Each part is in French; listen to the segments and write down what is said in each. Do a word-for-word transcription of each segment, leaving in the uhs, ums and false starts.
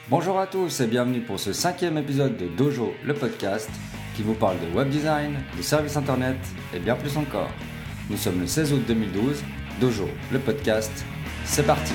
Bonjour à tous et bienvenue pour ce cinquième épisode de Dojo, le podcast, qui vous parle de web design, de services internet et bien plus encore. Nous sommes le seize août deux mille douze, Dojo, le podcast, c'est parti.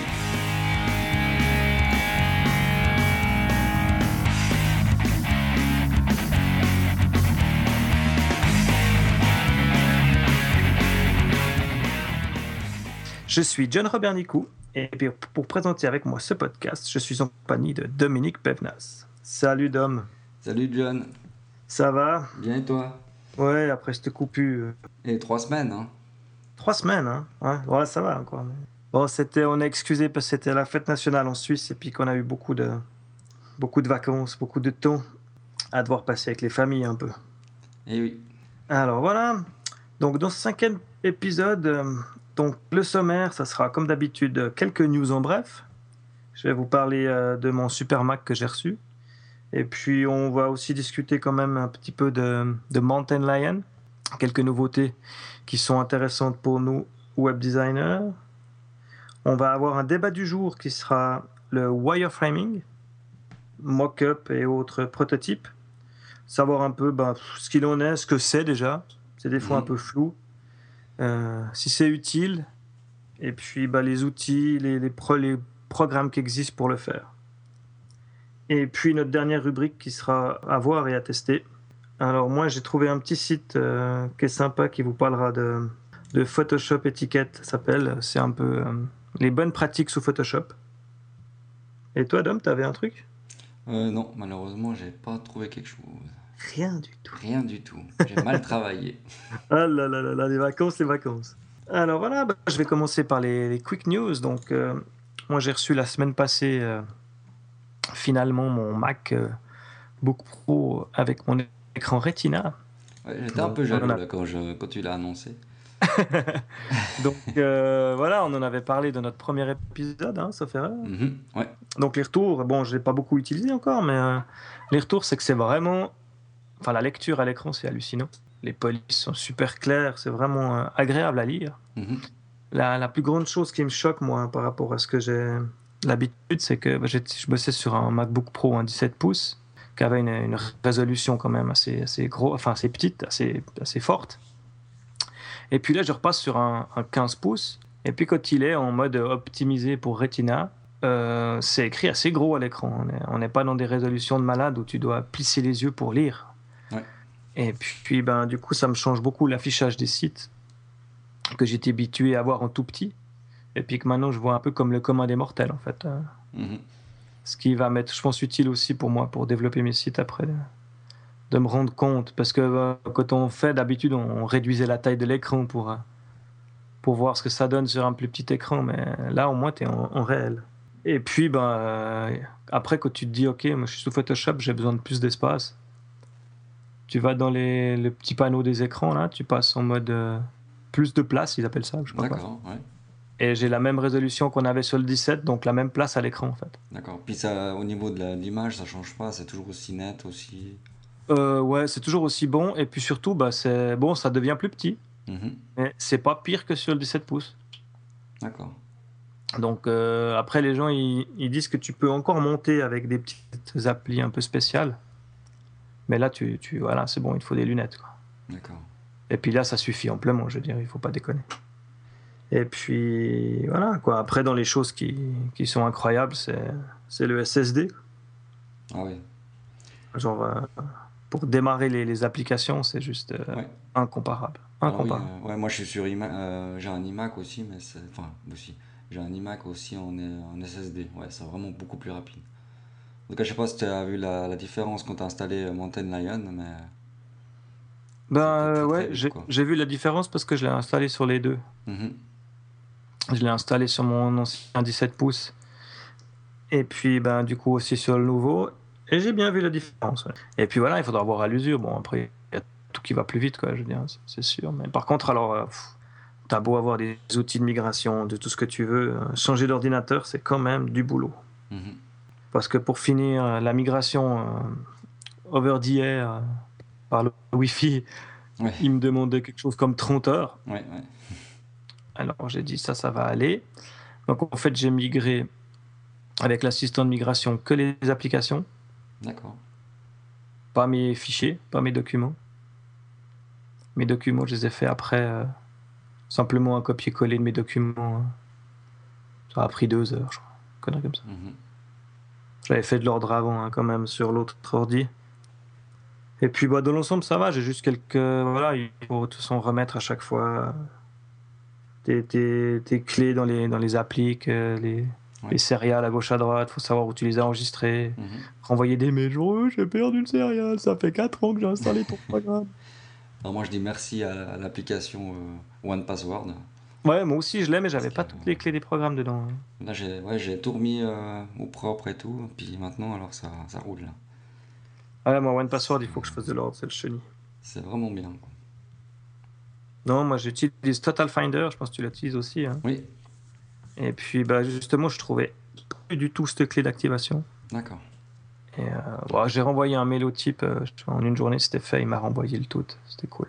Je suis John Robert Nicou et pour présenter avec moi ce podcast, je suis en compagnie de Dominique Pévenas. Salut Dom. Salut John. Ça va? Bien et toi? Ouais, après cette coupure. Et trois semaines, hein? Trois semaines, hein? Ouais, ouais ça va encore. Bon, c'était, on est excusé parce que c'était la fête nationale en Suisse et puis qu'on a eu beaucoup de, beaucoup de vacances, beaucoup de temps à devoir passer avec les familles un peu. Eh oui. Alors voilà. Donc dans ce cinquième épisode... Euh, Donc, le sommaire, ça sera comme d'habitude quelques news en bref. Je vais vous parler euh, de mon super Mac que j'ai reçu. Et puis, on va aussi discuter quand même un petit peu de, de Mountain Lion. Quelques nouveautés qui sont intéressantes pour nous, web designers. On va avoir un débat du jour qui sera le wireframing, mock-up et autres prototypes. Savoir un peu ben, ce qu'il en est, ce que c'est déjà. C'est des fois mmh. un peu flou. Euh, si c'est utile, et puis bah, les outils, les, les, pro, les programmes qui existent pour le faire. Et puis notre dernière rubrique qui sera à voir et à tester. Alors moi j'ai trouvé un petit site euh, qui est sympa, qui vous parlera de, de Photoshop Etiquette, ça s'appelle. C'est un peu euh, les bonnes pratiques sous Photoshop. Et toi Dom, t'avais un truc? euh, Non, malheureusement j'ai pas trouvé quelque chose. Rien du tout. Rien du tout. J'ai mal travaillé. Ah là là là là, les vacances, les vacances. Alors voilà, bah, je vais commencer par les, les quick news. Donc, euh, moi, j'ai reçu la semaine passée euh, finalement mon Mac euh, Book Pro avec mon écran Retina. Ouais, j'étais un peu jaloux a... là, quand, je, quand tu l'as annoncé. Donc euh, voilà, on en avait parlé dans notre premier épisode, hein, sauf erreur. Mm-hmm, ouais. Donc les retours, bon, je ne l'ai pas beaucoup utilisé encore, mais euh, les retours, c'est que c'est vraiment... Enfin, la lecture à l'écran, c'est hallucinant. Les polices sont super claires, c'est vraiment euh, agréable à lire. Mm-hmm. La, la plus grande chose qui me choque, moi, par rapport à ce que j'ai l'habitude, c'est que bah, je bossais sur un MacBook Pro, un dix-sept pouces, qui avait une, une résolution quand même assez, assez, gros, enfin, assez petite, assez, assez forte. Et puis là, je repasse sur un, un quinze pouces, et puis quand il est en mode optimisé pour Retina, euh, c'est écrit assez gros à l'écran. On n'est pas dans des résolutions de malade où tu dois plisser les yeux pour lire. Ouais. Et puis, ben, du coup, ça me change beaucoup l'affichage des sites que j'étais habitué à voir en tout petit. Et puis que maintenant, je vois un peu comme le commun des mortels, en fait. Mm-hmm. Ce qui va m'être, je pense, utile aussi pour moi, pour développer mes sites après, de, de me rendre compte. Parce que euh, quand on fait, d'habitude, on réduisait la taille de l'écran pour, pour voir ce que ça donne sur un plus petit écran. Mais là, au moins, tu es en, en réel. Et puis, ben, euh, après, quand tu te dis, OK, moi, je suis sous Photoshop, j'ai besoin de plus d'espace. Tu vas dans les, les petits panneaux des écrans, là, tu passes en mode euh, plus de place, ils appellent ça, je sais pas. D'accord, quoi. Ouais. Et j'ai la même résolution qu'on avait sur le dix-sept, donc la même place à l'écran, en fait. D'accord. Puis ça, au niveau de, la, de l'image, ça change pas, c'est toujours aussi net, aussi... Euh, ouais, c'est toujours aussi bon, et puis surtout, bah, c'est... bon, ça devient plus petit, mm-hmm. mais c'est pas pire que sur le dix-sept pouces. D'accord. Donc euh, après, les gens, ils, ils disent que tu peux encore monter avec des petites applis un peu spéciales. Mais là, tu, tu, voilà, c'est bon, il te faut des lunettes, quoi. D'accord. Et puis là, ça suffit amplement, je veux dire, il ne faut pas déconner. Et puis, voilà, quoi. Après, dans les choses qui, qui sont incroyables, c'est, c'est le S S D. Ah oui. Genre, euh, pour démarrer les, les applications, c'est juste euh, ouais. incomparable. incomparable. Oui, euh, ouais, moi, je suis sur iMac, euh, j'ai un iMac aussi, mais c'est... Enfin, aussi. J'ai un iMac aussi en, en S S D. Ouais, c'est vraiment beaucoup plus rapide. En tout cas, je sais pas si tu as vu la, la différence quand tu as installé Mountain Lion, mais... Ben euh, ouais, vite, j'ai, j'ai vu la différence parce que je l'ai installé sur les deux. Mm-hmm. Je l'ai installé sur mon ancien dix-sept pouces. Et puis, ben, du coup, aussi sur le nouveau. Et j'ai bien vu la différence. Ouais. Et puis voilà, il faudra voir à l'usure. Bon, après, il y a tout qui va plus vite, quoi, je veux dire, c'est, c'est sûr. Mais par contre, alors, euh, pff, t'as beau avoir des outils de migration, de tout ce que tu veux, euh, changer d'ordinateur, c'est quand même du boulot. Mm-hmm. Parce que pour finir, la migration euh, over the air euh, par le Wi-Fi, ouais. il me demandait quelque chose comme trente heures. Ouais, ouais. Alors j'ai dit ça, ça va aller. Donc en fait, j'ai migré avec l'assistant de migration que les applications. D'accord. Pas mes fichiers, pas mes documents. Mes documents, je les ai fait après. Euh, simplement un copier-coller de mes documents. Euh, ça a pris deux heures, je crois. Une connerie comme ça. Mm-hmm. J'avais fait de l'ordre avant, hein, quand même, sur l'autre ordi. Et puis, bah, dans l'ensemble, ça va. J'ai juste quelques. Voilà, il faut de toute façon remettre à chaque fois tes, tes, tes clés dans les, dans les applis, euh, les, ouais. les céréales à gauche à droite. Il faut savoir où tu les as enregistrées. Mm-hmm. Renvoyer des mails. Oh, j'ai perdu le céréale. Ça fait quatre ans que j'ai installé ton programme. Alors moi, je dis merci à l'application euh, One Password. Ouais, moi aussi, je l'ai, mais j'avais pas toutes les clés des programmes dedans. Là, j'ai ouais, j'ai tout remis euh, au propre et tout. Puis maintenant, alors, ça, ça roule, là. Ouais, moi, One Password, il faut que je fasse de l'ordre, c'est le chenille. C'est vraiment bien, quoi. Non, moi, j'utilise Total Finder. Je pense que tu l'utilises aussi. Hein. Oui. Et puis, bah, justement, je trouvais plus du tout cette clé d'activation. D'accord. Et euh, bon, j'ai renvoyé un mail au type. Euh, en une journée, c'était fait. Il m'a renvoyé le tout. C'était cool.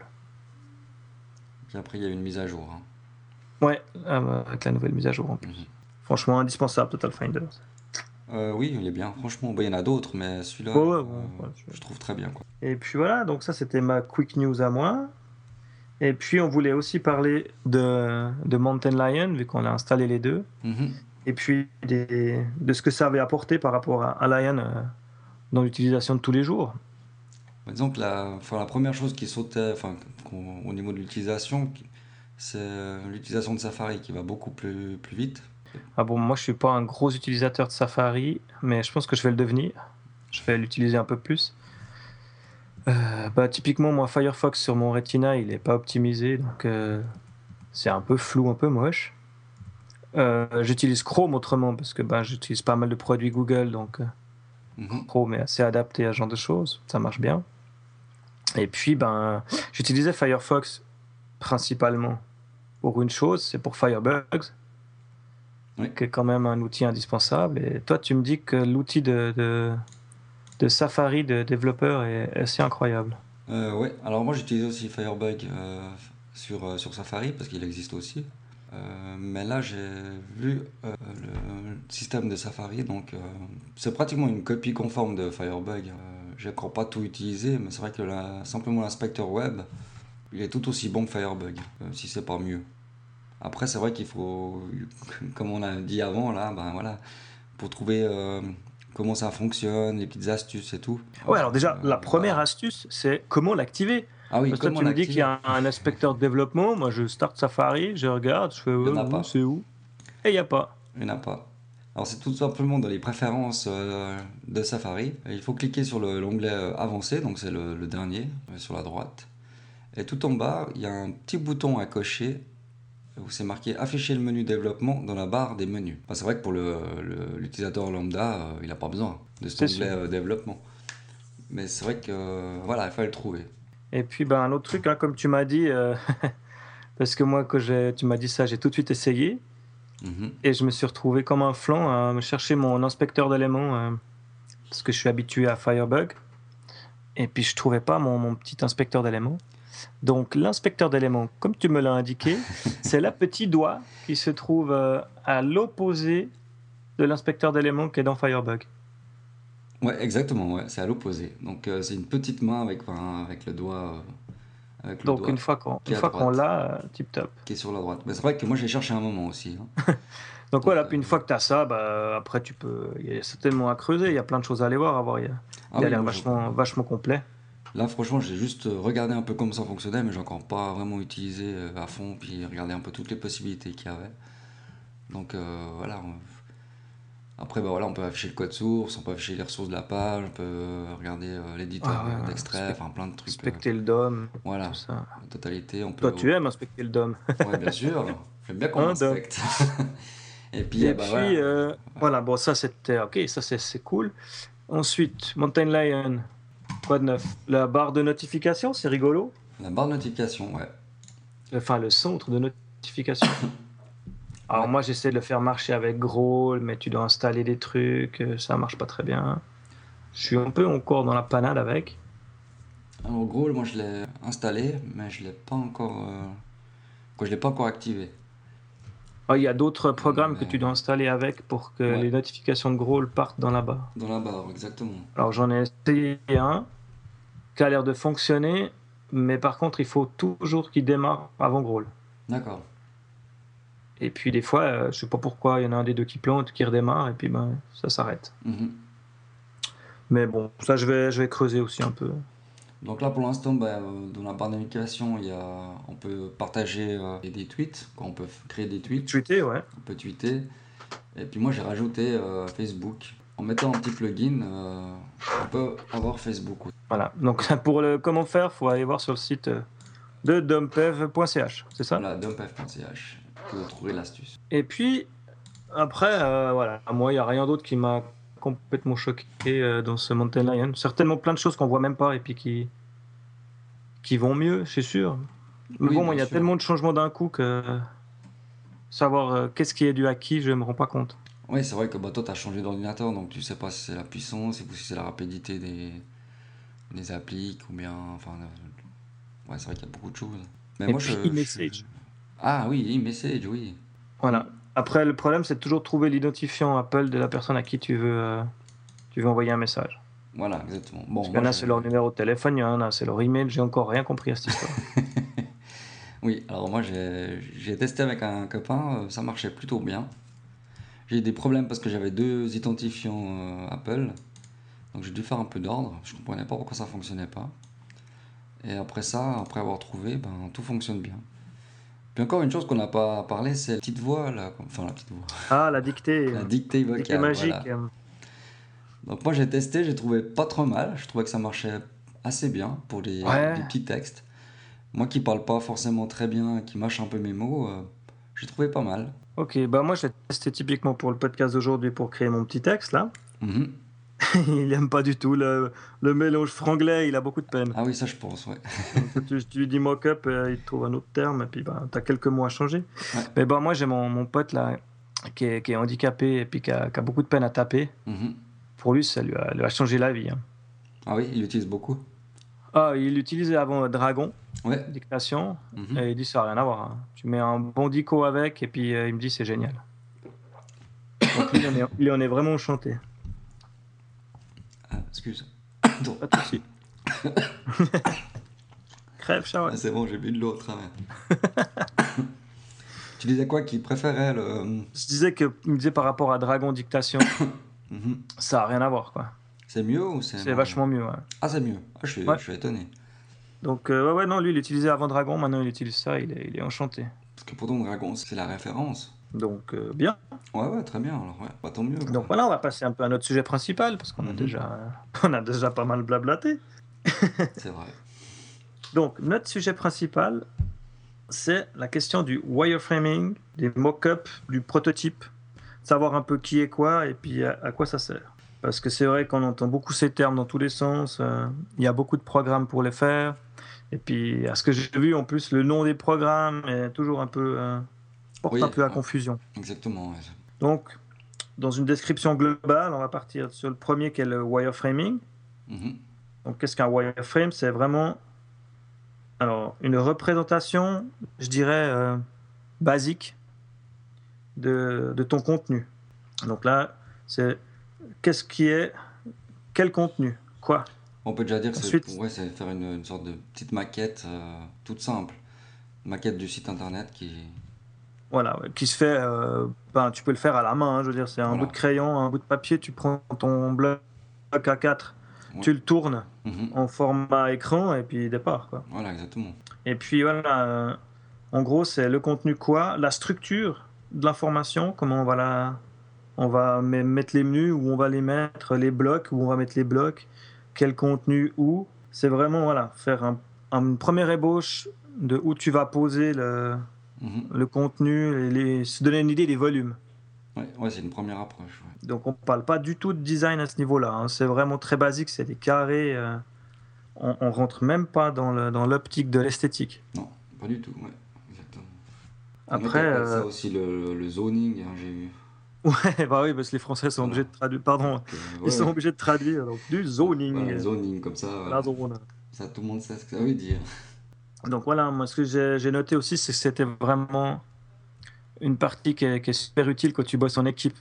Puis après, il y a eu une mise à jour. Hein. Ouais, euh, avec la nouvelle mise à jour en plus. Mm-hmm. Franchement, indispensable, Total Finder. Euh, oui, il est bien. Franchement, bah, il y en a d'autres, mais celui-là, oh, ouais, euh, ouais, ouais, je... je trouve très bien. Quoi. Et puis voilà, donc ça, c'était ma quick news à moi. Et puis, on voulait aussi parler de, de Mountain Lion, vu qu'on a installé les deux. Mm-hmm. Et puis, des, de ce que ça avait apporté par rapport à, à Lion euh, dans l'utilisation de tous les jours. Disons que la, enfin, la première chose qui sautait enfin, au niveau de l'utilisation, c'est l'utilisation de Safari qui va beaucoup plus, plus vite. Ah bon, moi, je suis pas un gros utilisateur de Safari, mais je pense que je vais le devenir. Je vais l'utiliser un peu plus. Euh, bah, typiquement, moi, Firefox sur mon Retina, il n'est pas optimisé, donc euh, c'est un peu flou, un peu moche. Euh, j'utilise Chrome autrement, parce que bah, j'utilise pas mal de produits Google, donc euh, mm-hmm. Chrome est assez adapté à ce genre de choses, ça marche bien. Et puis, ben, j'utilisais Firefox principalement pour une chose, c'est pour Firebugs, oui. qui est quand même un outil indispensable. Et toi, tu me dis que l'outil de, de, de Safari de développeur est assez incroyable. Euh, oui, alors moi j'utilise aussi Firebug euh, sur, euh, sur Safari parce qu'il existe aussi. Euh, mais là j'ai vu euh, le système de Safari, donc euh, c'est pratiquement une copie conforme de Firebug. Euh, je n'ai encore pas tout utilisé, mais c'est vrai que la, simplement l'inspecteur web, il est tout aussi bon que Firebug, euh, si c'est pas mieux. Après c'est vrai qu'il faut, comme on a dit avant, là, ben voilà, pour trouver euh, comment ça fonctionne, les petites astuces et tout. Ouais, alors déjà, euh, la première voilà. astuce, c'est comment l'activer. Ah oui, parce que tu me dis qu'il y a un, un inspecteur de développement, moi je start Safari, je regarde, je fais il ouais, où, c'est où, et il n'y a pas. Il n'y en a pas. Alors c'est tout simplement dans les préférences euh, de Safari. Il faut cliquer sur l'onglet avancé, donc c'est le, le dernier, sur la droite. Et tout en bas, il y a un petit bouton à cocher où c'est marqué afficher le menu développement dans la barre des menus. Enfin, c'est vrai que pour l'utilisateur lambda, euh, il n'a pas besoin de cet onglet euh, développement. Mais c'est vrai que euh, voilà, il fallait le trouver. Et puis ben, un autre truc, hein, comme tu m'as dit, euh, parce que moi quand tu m'as dit ça, j'ai tout de suite essayé. Mm-hmm. Et je me suis retrouvé comme un flan à me chercher mon inspecteur d'éléments euh, parce que je suis habitué à Firebug. Et puis je trouvais pas mon, mon petit inspecteur d'éléments. Donc l'inspecteur d'éléments, comme tu me l'as indiqué, c'est le petit doigt qui se trouve euh, à l'opposé de l'inspecteur d'éléments qui est dans Firebug. Ouais, exactement, ouais, c'est à l'opposé. Donc euh, c'est une petite main avec, enfin, avec le doigt. Euh, avec le Donc doigt une fois qu'on, une fois qu'on l'a, euh, tip top. Qui est sur la droite. Mais c'est vrai que moi j'ai cherché un moment aussi. Hein. Donc, Donc voilà, euh... puis une fois que tu as ça, bah, après tu peux. Il y a certainement à creuser, il y a plein de choses à aller voir, à voir. Il, y a... ah il oui, a l'air vachement, je... vachement complet. Là, franchement, j'ai juste regardé un peu comment ça fonctionnait, mais j'ai encore pas vraiment utilisé à fond, puis regardé un peu toutes les possibilités qu'il y avait. Donc euh, voilà. Après, bah voilà, on peut afficher le code source, on peut afficher les ressources de la page, on peut regarder euh, l'éditeur ah ouais, d'extrait, enfin plein de trucs. Inspecter euh, le D O M, voilà, tout ça. La totalité. On peut... Toi, tu aimes inspecter le D O M. Oui, bien sûr. J'aime bien qu'on inspecte. Et puis, Et bah, puis voilà. Euh, ouais. voilà, bon, ça c'était ok, ça c'est, c'est cool. Ensuite, Mountain Lion, quoi de neuf? La barre de notification, c'est rigolo. La barre de notification, ouais. Enfin, le centre de notification. Alors ouais. Moi j'essaie de le faire marcher avec Growl, mais tu dois installer des trucs, ça marche pas très bien. Je suis un peu encore dans la panade avec. Alors Growl, moi je l'ai installé, mais je l'ai pas encore, euh... Quoi, je l'ai pas encore activé. Ah, il y a d'autres programmes Mais, que tu dois installer avec pour que ouais, les notifications de Growl partent dans la barre. dans la barre, exactement. Alors j'en ai essayé un qui a l'air de fonctionner, mais par contre il faut toujours qu'il démarre avant Growl. D'accord. Et puis des fois, euh, je sais pas pourquoi, il y en a un des deux qui plante, qui redémarre, et puis ben, ça s'arrête. Mhm. Mais bon, ça je vais, je vais creuser aussi un peu. Donc là, pour l'instant, bah, euh, dans la barre de notification, il y a, on peut partager euh, des tweets, quoi, on peut f- créer des tweets, Tweeter, ouais. on peut tweeter. Et puis moi, j'ai rajouté euh, Facebook. En mettant un petit plugin, euh, on peut avoir Facebook. Voilà. Donc pour le comment faire, faut aller voir sur le site euh, de dompev point c h, c'est ça? Voilà, dumpf point c h. Vous trouverez l'astuce. Et puis après, euh, voilà, moi il y a rien d'autre qui m'a complètement choqué euh, dans ce Mountain Lion. Certainement plein de choses qu'on voit même pas et puis qui qui vont mieux, c'est sûr. Mais Oui, bon, moi, il y bien a sûr. tellement de changements d'un coup que savoir euh, qu'est-ce qui est dû à qui, je me rends pas compte. Oui, c'est vrai que bah, toi, tu as changé d'ordinateur, donc tu sais pas si c'est la puissance, ou si c'est la rapidité des, des applis, ou bien. Enfin, euh, ouais, c'est vrai qu'il y a beaucoup de choses. Mais Et moi, puis je, je- e-message. Ah oui, e-message, oui. Voilà. Après, le problème, c'est de toujours trouver l'identifiant Apple de la personne à qui tu veux, euh, tu veux envoyer un message. Voilà, exactement. Bon, Parce qu'il moi, y en a, je... c'est leur numéro de téléphone, il y en a, c'est leur email. J'ai encore rien compris à cette histoire. Oui, alors moi, j'ai j'ai testé avec un copain, euh, ça marchait plutôt bien. J'ai eu des problèmes parce que j'avais deux identifiants euh, Apple, donc j'ai dû faire un peu d'ordre. Je comprenais pas pourquoi ça fonctionnait pas. Et après ça, après avoir trouvé, ben, tout fonctionne bien. Puis encore une chose qu'on n'a pas parlé, c'est la petite voix, là. Enfin, la petite voix. Ah, la dictée. La euh, dictée Dictée vocale, magique. voilà. euh, Donc moi j'ai testé, j'ai trouvé pas trop mal. Je trouvais que ça marchait assez bien pour les, Ouais. les petits textes. Moi qui parle pas forcément très bien, qui mâche un peu mes mots, euh, j'ai trouvé pas mal. Ok, bah moi, je l'ai testé typiquement pour le podcast d'aujourd'hui pour créer mon petit texte, là. Mhm. Il aime pas du tout le, le mélange franglais, il a beaucoup de peine. Ah oui, ça je pense, ouais. Donc, tu, tu lui dis mock-up, euh, il te trouve un autre terme, et puis bah, tu as quelques mots à changer. Ouais. Mais bah, moi, j'ai mon, mon pote là, qui est, qui est handicapé et puis qui a, qui a beaucoup de peine à taper. Mhm. Pour lui, ça lui a, lui a changé la vie. hein. Ah oui, il l'utilise beaucoup. Ah, il utilisait avant Dragon, Ouais. dictation, Mhm. et il dit ça n'a rien à voir. hein. Tu mets un bon dico avec, et puis euh, il me dit c'est génial. Donc lui, il en est, il en est vraiment enchanté. Ah, excuse. Attends. Pas de souci. Crève, chat, ouais. Ah, c'est bon, j'ai bu de l'eau au travers. Tu disais quoi qu'il préférait le. Je disais que, il me disait par rapport à Dragon dictation, Mhm. ça n'a rien à voir, quoi. C'est mieux ou c'est. C'est moins vachement mieux, ouais. bien Ah, c'est mieux. Ah, je suis, Ouais. je suis étonné. Donc, euh, ouais, ouais, non, lui, il utilisait avant Dragon, maintenant il utilise ça, il est, il est enchanté. Parce que pourtant, Dragon, c'est la référence. Donc, euh, bien. Ouais, ouais, très bien. Alors, ouais, bah, tant mieux. quoi. Donc voilà, on va passer un peu à notre sujet principal, parce qu'on a, Mhm. déjà, on a déjà pas mal blablaté. C'est vrai. Donc, notre sujet principal, c'est la question du wireframing, des mock-ups, du prototype, savoir un peu qui est quoi et puis à, à quoi ça sert. Parce que c'est vrai qu'on entend beaucoup ces termes dans tous les sens, euh, il y a beaucoup de programmes pour les faire, et puis à ce que j'ai vu, en plus, le nom des programmes est toujours un peu, euh, porte Oui, un peu à ouais. confusion. Exactement. ouais. Donc, dans une description globale, on va partir sur le premier qui est le wireframing. Mhm. Donc, qu'est-ce qu'un wireframe? C'est vraiment alors, une représentation, je dirais, euh, basique de, de ton contenu. Donc là, c'est qu'est-ce qui est, quel contenu, quoi. On peut déjà dire que c'est Ensuite- ouais, c'est faire une, une sorte de petite maquette euh, toute simple. Maquette du site internet qui. Voilà, ouais, qui se fait, euh, ben, tu peux le faire à la main, hein, je veux dire, c'est un Voilà. bout de crayon, un bout de papier, tu prends ton bloc A quatre, Ouais. tu le tournes Mhm. en format écran et puis départ, quoi. Voilà, exactement. Et puis voilà, euh, en gros, c'est le contenu quoi, la structure de l'information, comment on va la, on va me- mettre les menus, où on va les mettre, les blocs, où on va mettre les blocs, quel contenu où. C'est vraiment voilà, faire un, un- une première ébauche de où tu vas poser le, Mhm. le contenu, et les, se donner une idée des volumes. Ouais, ouais, c'est une première approche. ouais. Donc on parle pas du tout de design à ce niveau-là. hein. C'est vraiment très basique, c'est des carrés. euh, on, on rentre même pas dans le- dans l'optique de l'esthétique. Non, pas du tout. Ouais, exactement. Après, On appelle euh, ça aussi le, le zoning, hein, j'ai vu. ouais, bah oui, parce que les Français sont Voilà. obligés de traduire. Pardon, Donc, euh, ils ouais, sont ouais. obligés de traduire donc du zoning. Voilà, le zoning, comme ça. voilà. La zone. Ça, tout le monde sait ce que ça veut dire. Donc voilà, moi ce que j'ai j'ai noté aussi, c'est que c'était vraiment une partie qui est, qui est super utile quand tu bosses en équipe.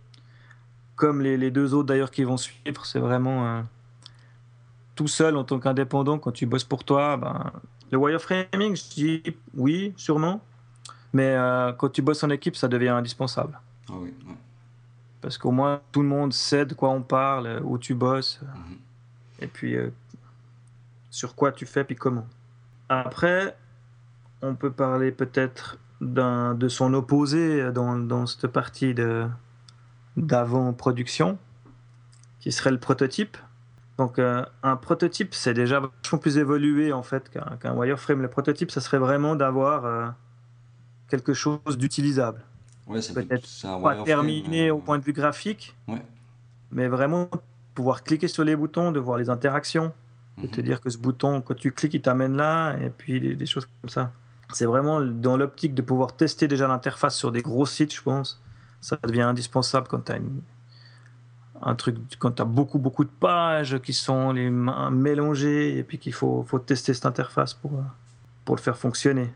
Comme les, les deux autres d'ailleurs qui vont suivre, c'est vraiment euh, tout seul en tant qu'indépendant, quand tu bosses pour toi, ben, le wireframing, je dis oui, sûrement, mais euh, quand tu bosses en équipe, ça devient indispensable. Ah oui, ouais. Parce qu'au moins, tout le monde sait de quoi on parle, où tu bosses, mm-hmm. et puis euh, sur quoi tu fais, puis comment. Après, on peut parler peut-être d'un, de son opposé dans, dans cette partie de, d'avant-production, qui serait le prototype. Donc, euh, un prototype, c'est déjà vachement plus évolué en fait qu'un, qu'un wireframe. Le prototype, ça serait vraiment d'avoir euh, quelque chose d'utilisable. Ouais, c'est peut-être c'est un pas terminé euh... au point de vue graphique, ouais. mais vraiment pouvoir cliquer sur les boutons, de voir les interactions, mm-hmm. de te dire que ce bouton, quand tu cliques, il t'amène là, et puis des, des choses comme ça. C'est vraiment dans l'optique de pouvoir tester déjà l'interface sur des gros sites, je pense. Ça devient indispensable quand tu as une... un truc, quand tu as beaucoup, beaucoup de pages qui sont les mélangées, et puis qu'il faut, faut tester cette interface pour, pour le faire fonctionner.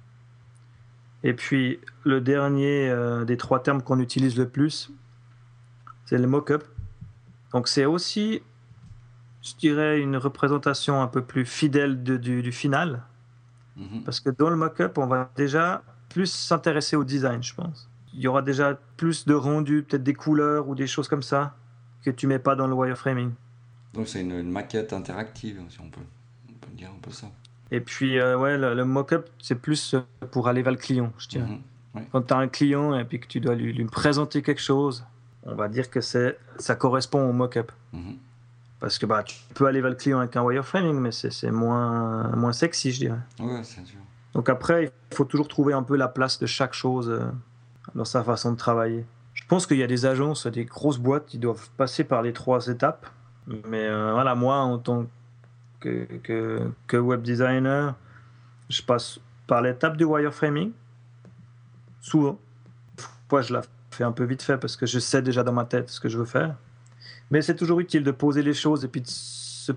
Et puis, le dernier euh, des trois termes qu'on utilise le plus, c'est le mock-up. Donc, c'est aussi, je dirais, une représentation un peu plus fidèle de, du, du final. Mm-hmm. Parce que dans le mock-up, on va déjà plus s'intéresser au design, je pense. Il y aura déjà plus de rendu, peut-être des couleurs ou des choses comme ça, que tu mets pas dans le wireframing. Donc, c'est une, une maquette interactive, si on peut, on peut dire un peu ça. Et puis, euh, ouais, le, le mock-up, c'est plus pour aller vers le client, je dirais. Mm-hmm. Ouais. Quand tu as un client et puis que tu dois lui, lui présenter quelque chose, on va dire que c'est, ça correspond au mock-up. Mm-hmm. Parce que bah, tu peux aller vers le client avec un wireframing, mais c'est, c'est moins, moins sexy, je dirais. Ouais, c'est sûr. Donc après, il faut toujours trouver un peu la place de chaque chose euh, dans sa façon de travailler. Je pense qu'il y a des agences, des grosses boîtes qui doivent passer par les trois étapes. Mais euh, voilà, moi, en tant que Que, que, que web designer, je passe par l'étape du wireframing, souvent. Parfois, je la fais un peu vite fait parce que je sais déjà dans ma tête ce que je veux faire. Mais c'est toujours utile de poser les choses et puis de se...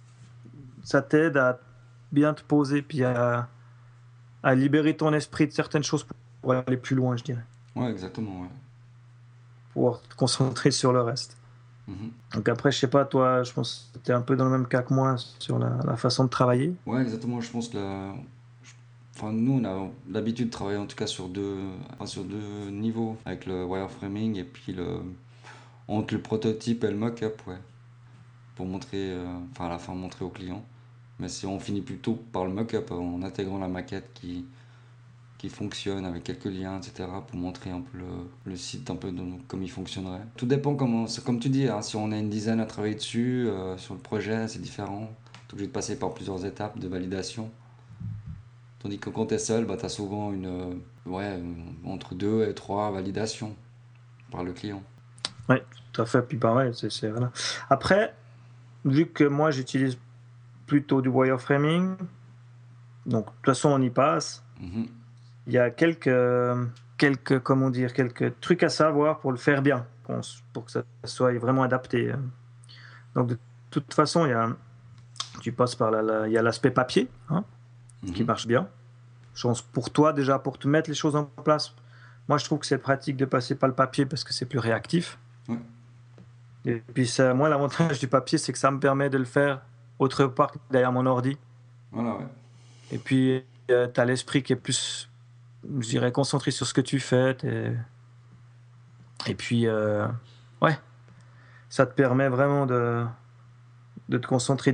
ça t'aide à bien te poser puis à, à libérer ton esprit de certaines choses pour aller plus loin, je dirais. Ouais, exactement, ouais. Pouvoir te concentrer sur le reste. Mm-hmm. Donc après, je sais pas, toi, je pense que tu es un peu dans le même cas que moi sur la, la façon de travailler. Ouais, exactement. Je pense que la... enfin, nous, on a l'habitude de travailler en tout cas sur deux, enfin, sur deux niveaux, avec le wireframing et puis le... entre le prototype et le mock-up, ouais. Pour montrer, euh... enfin à la fin montrer au client. Mais si on finit plutôt par le mock-up en intégrant la maquette qui... qui fonctionne avec quelques liens, et cetera, pour montrer un peu le, le site, un peu de, comme il fonctionnerait. Tout dépend comment, c'est comme tu dis, hein, si on a une dizaine à travailler dessus, euh, sur le projet, c'est différent. Tu es obligé de passer par plusieurs étapes de validation. Tandis que quand tu es seul, bah, tu as souvent une, euh, ouais, entre deux et trois validations par le client. Oui, tout à fait. Puis pareil, c'est, c'est, voilà. Après, vu que moi j'utilise plutôt du wireframing, donc de toute façon on y passe. Mm-hmm. Il y a quelques, quelques, comment dire, quelques trucs à savoir pour le faire bien, pour que ça soit vraiment adapté. Donc, de toute façon, il y a, tu passes par la, la, il y a l'aspect papier, hein, mm-hmm. qui marche bien. Je pense pour toi, déjà, pour te mettre les choses en place, moi, je trouve que c'est pratique de passer par le papier parce que c'est plus réactif. Ouais. Et puis, ça, moi, l'avantage du papier, c'est que ça me permet de le faire autre part que derrière mon ordi. Voilà, ouais. Et puis, euh, tu as l'esprit qui est plus... je dirais concentré sur ce que tu fais et, et puis euh, ouais, ça te permet vraiment de, de te concentrer